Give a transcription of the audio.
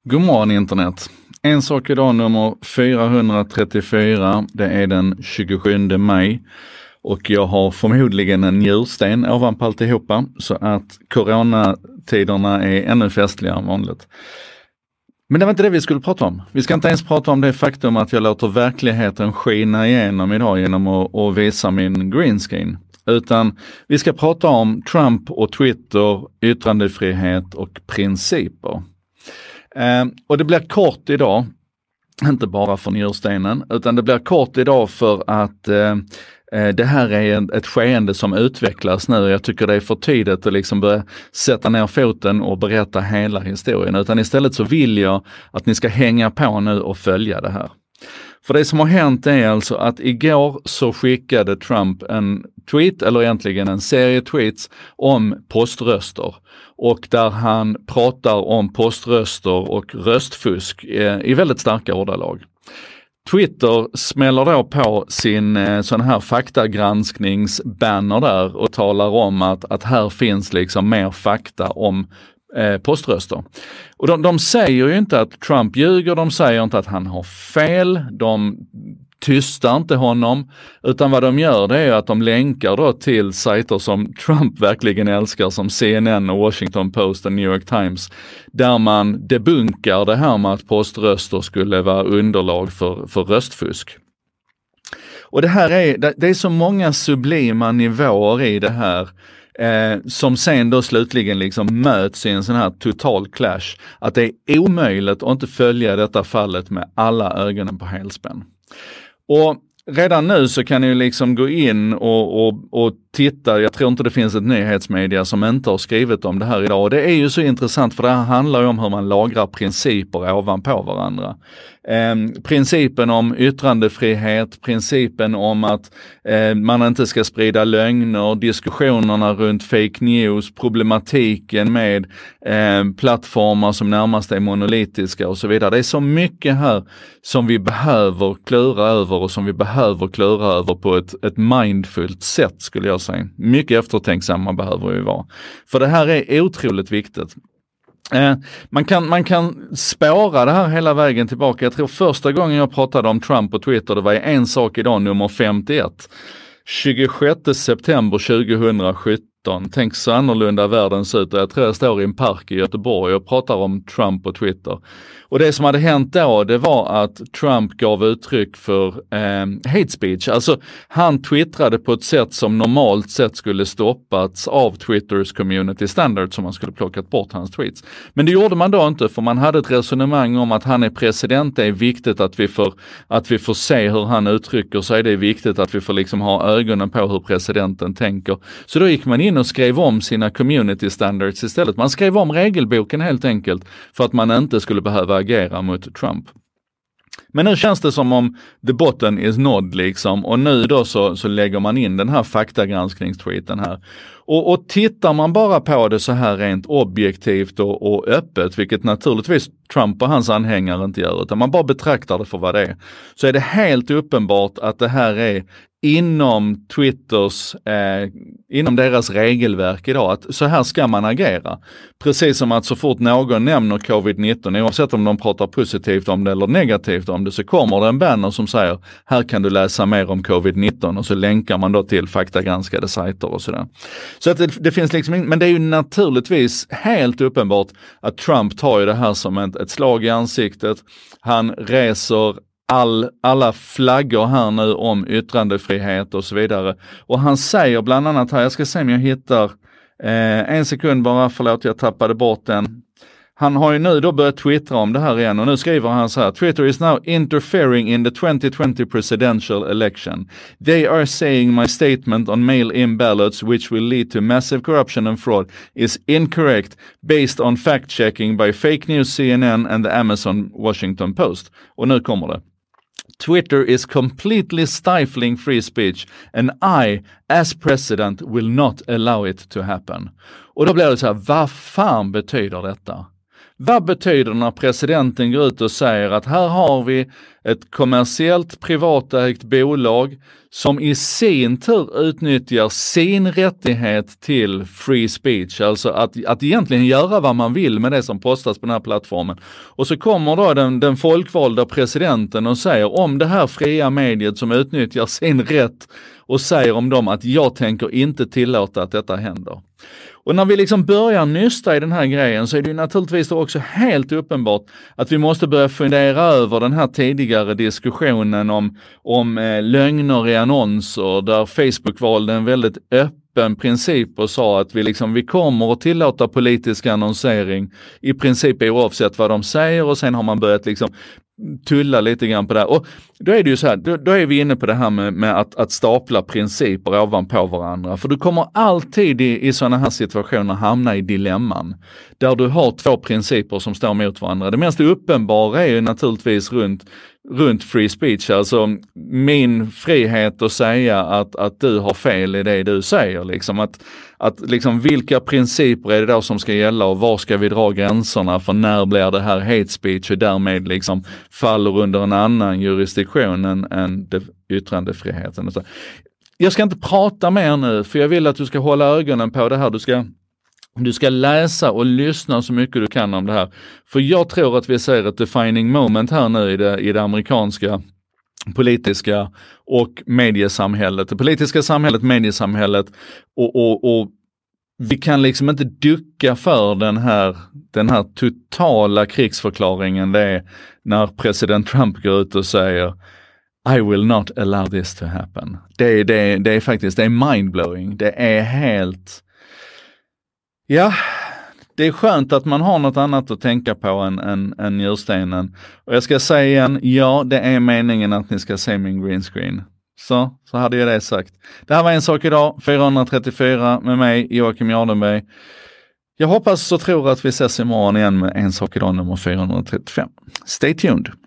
God morgon internet. En sak idag nummer 434, det är den 27 maj och jag har förmodligen en njursten ovanpå alltihopa så att coronatiderna är ännu festligare än vanligt. Men det var inte det vi skulle prata om. Vi ska inte ens prata om det faktum att jag låter verkligheten skina igenom idag genom att visa min greenscreen. Utan vi ska prata om Trump och Twitter, yttrandefrihet och principer. Och det blir kort idag, inte bara för njurstenen, utan det blir kort idag för att det här är ett skeende som utvecklas nu. Jag tycker det är för tidigt att liksom börja sätta ner foten och berätta hela historien, utan istället så vill jag att ni ska hänga på nu och följa det här. För det som har hänt är alltså att igår så skickade Trump en tweet, eller egentligen en serie tweets om poströster. Och där han pratar om poströster och röstfusk i väldigt starka ordalag. Twitter smäller då på sin sån här faktagranskningsbanner där och talar om att här finns liksom mer fakta om poströster. Och de säger ju inte att Trump ljuger, de säger inte att han har fel, de tystar inte honom, utan vad de gör det är att de länkar då till sajter som Trump verkligen älskar, som CNN och Washington Post och New York Times, där man debunkar det här med att poströster skulle vara underlag för röstfusk. Och det här det är så många sublima nivåer i det här som sen då slutligen liksom möts i en sån här total clash, att det är omöjligt att inte följa detta fallet med alla ögonen på helspänn. Och redan nu så kan ni ju liksom gå in och titta. Jag tror inte det finns ett nyhetsmedia som inte har skrivit om det här idag. Och det är ju så intressant, för det här handlar ju om hur man lagrar principer ovanpå varandra. Principen om yttrandefrihet, principen om att man inte ska sprida lögner, diskussionerna runt fake news, problematiken med plattformar som närmast är monolitiska och så vidare. Det är så mycket här som vi behöver klura över och som vi behöver klura över på ett mindfullt sätt, skulle jag säga. Mycket eftertänksamma behöver vi vara. För det här är otroligt viktigt. Man kan spåra det här hela vägen tillbaka. Jag tror första gången jag pratade om Trump på Twitter, det var en sak idag, nummer 51. 26 september 2017. Tänk så annorlunda världen ser ut. Jag tror jag står i en park i Göteborg och pratar om Trump på Twitter. Och det som hade hänt då, det var att Trump gav uttryck för hate speech. Alltså han twittrade på ett sätt som normalt sett skulle stoppats av Twitters community standard, som man skulle plockat bort hans tweets. Men det gjorde man då inte, för man hade ett resonemang om att han är president. Det är viktigt att vi får se hur han uttrycker sig. Det är viktigt att vi får liksom ha ögonen på hur presidenten tänker. Så då gick man in och skrev om sina community standards istället. Man skrev om regelboken helt enkelt för att man inte skulle behöva agera mot Trump. Men nu känns det som om the button is nod liksom, och nu då så lägger man in den här faktagranskningstweeten här. Och tittar man bara på det så här rent objektivt och öppet, vilket naturligtvis Trump och hans anhängare inte gör, utan man bara betraktar det för vad det är, så är det helt uppenbart att det här är inom Twitters, inom deras regelverk idag, att så här ska man agera. Precis som att så fort någon nämner covid-19, oavsett om de pratar positivt om det eller negativt om det, så kommer det en banner som säger, här kan du läsa mer om covid-19, och så länkar man då till faktagranskade sajter och sådär. Så att det finns liksom, men det är ju naturligtvis helt uppenbart att Trump tar ju det här som ett slag i ansiktet. Han reser alla flaggor här nu om yttrandefrihet och så vidare. Och han säger bland annat här, jag ska se om jag hittar en sekund bara, förlåt jag tappade bort den. Han har ju nu då börjat twittra om det här igen, och nu skriver han så här: Twitter is now interfering in the 2020 presidential election. They are saying my statement on mail-in ballots, which will lead to massive corruption and fraud, is incorrect based on fact-checking by fake news CNN and the Amazon Washington Post. Och nu kommer det. Twitter is completely stifling free speech and I, as president, will not allow it to happen. Och då blir det så här, vad fan betyder detta? Vad betyder det när presidenten går ut och säger att här har vi ett kommersiellt privatägt bolag som i sin tur utnyttjar sin rättighet till free speech, alltså att egentligen göra vad man vill med det som postas på den här plattformen. Och så kommer då den folkvalda presidenten och säger om det här fria mediet som utnyttjar sin rätt och säger om dem att jag tänker inte tillåta att detta händer. Och när vi liksom börjar nysta i den här grejen så är det ju naturligtvis också helt uppenbart att vi måste börja fundera över den här tidigare diskussionen om lögner i annonser, där Facebook valde en väldigt öppen princip och sa att vi kommer att tillåta politisk annonsering i princip oavsett vad de säger, och sen har man börjat tulla lite grann på det. Och då är det ju så här, då är vi inne på det här med att stapla principer ovanpå varandra. För du kommer alltid i sådana här situationer hamna i dilemman där du har två principer som står mot varandra. Det mest uppenbara är ju naturligtvis runt free speech, alltså min frihet att säga att du har fel i det du säger. Att vilka principer är det då som ska gälla och var ska vi dra gränserna för när blir det här hate speech och därmed faller under en annan jurisdiktion än yttrandefriheten. Jag ska inte prata mer nu, för jag vill att du ska hålla ögonen på det här. Du ska läsa och lyssna så mycket du kan om det här. För jag tror att vi ser ett defining moment här nu i det amerikanska politiska och mediesamhället. Det politiska samhället, mediesamhället och vi kan inte ducka för den här totala krigsförklaringen det är när president Trump går ut och säger I will not allow this to happen. Det är faktiskt, det är mindblowing. Det är helt... Ja, det är skönt att man har något annat att tänka på än njurstenen. Och jag ska säga igen, ja, det är meningen att ni ska se min green screen. Så hade jag det sagt. Det här var En sak idag, 434 med mig, Joakim Jardenberg. Jag hoppas och tror att vi ses imorgon igen med En sak idag nummer 435. Stay tuned!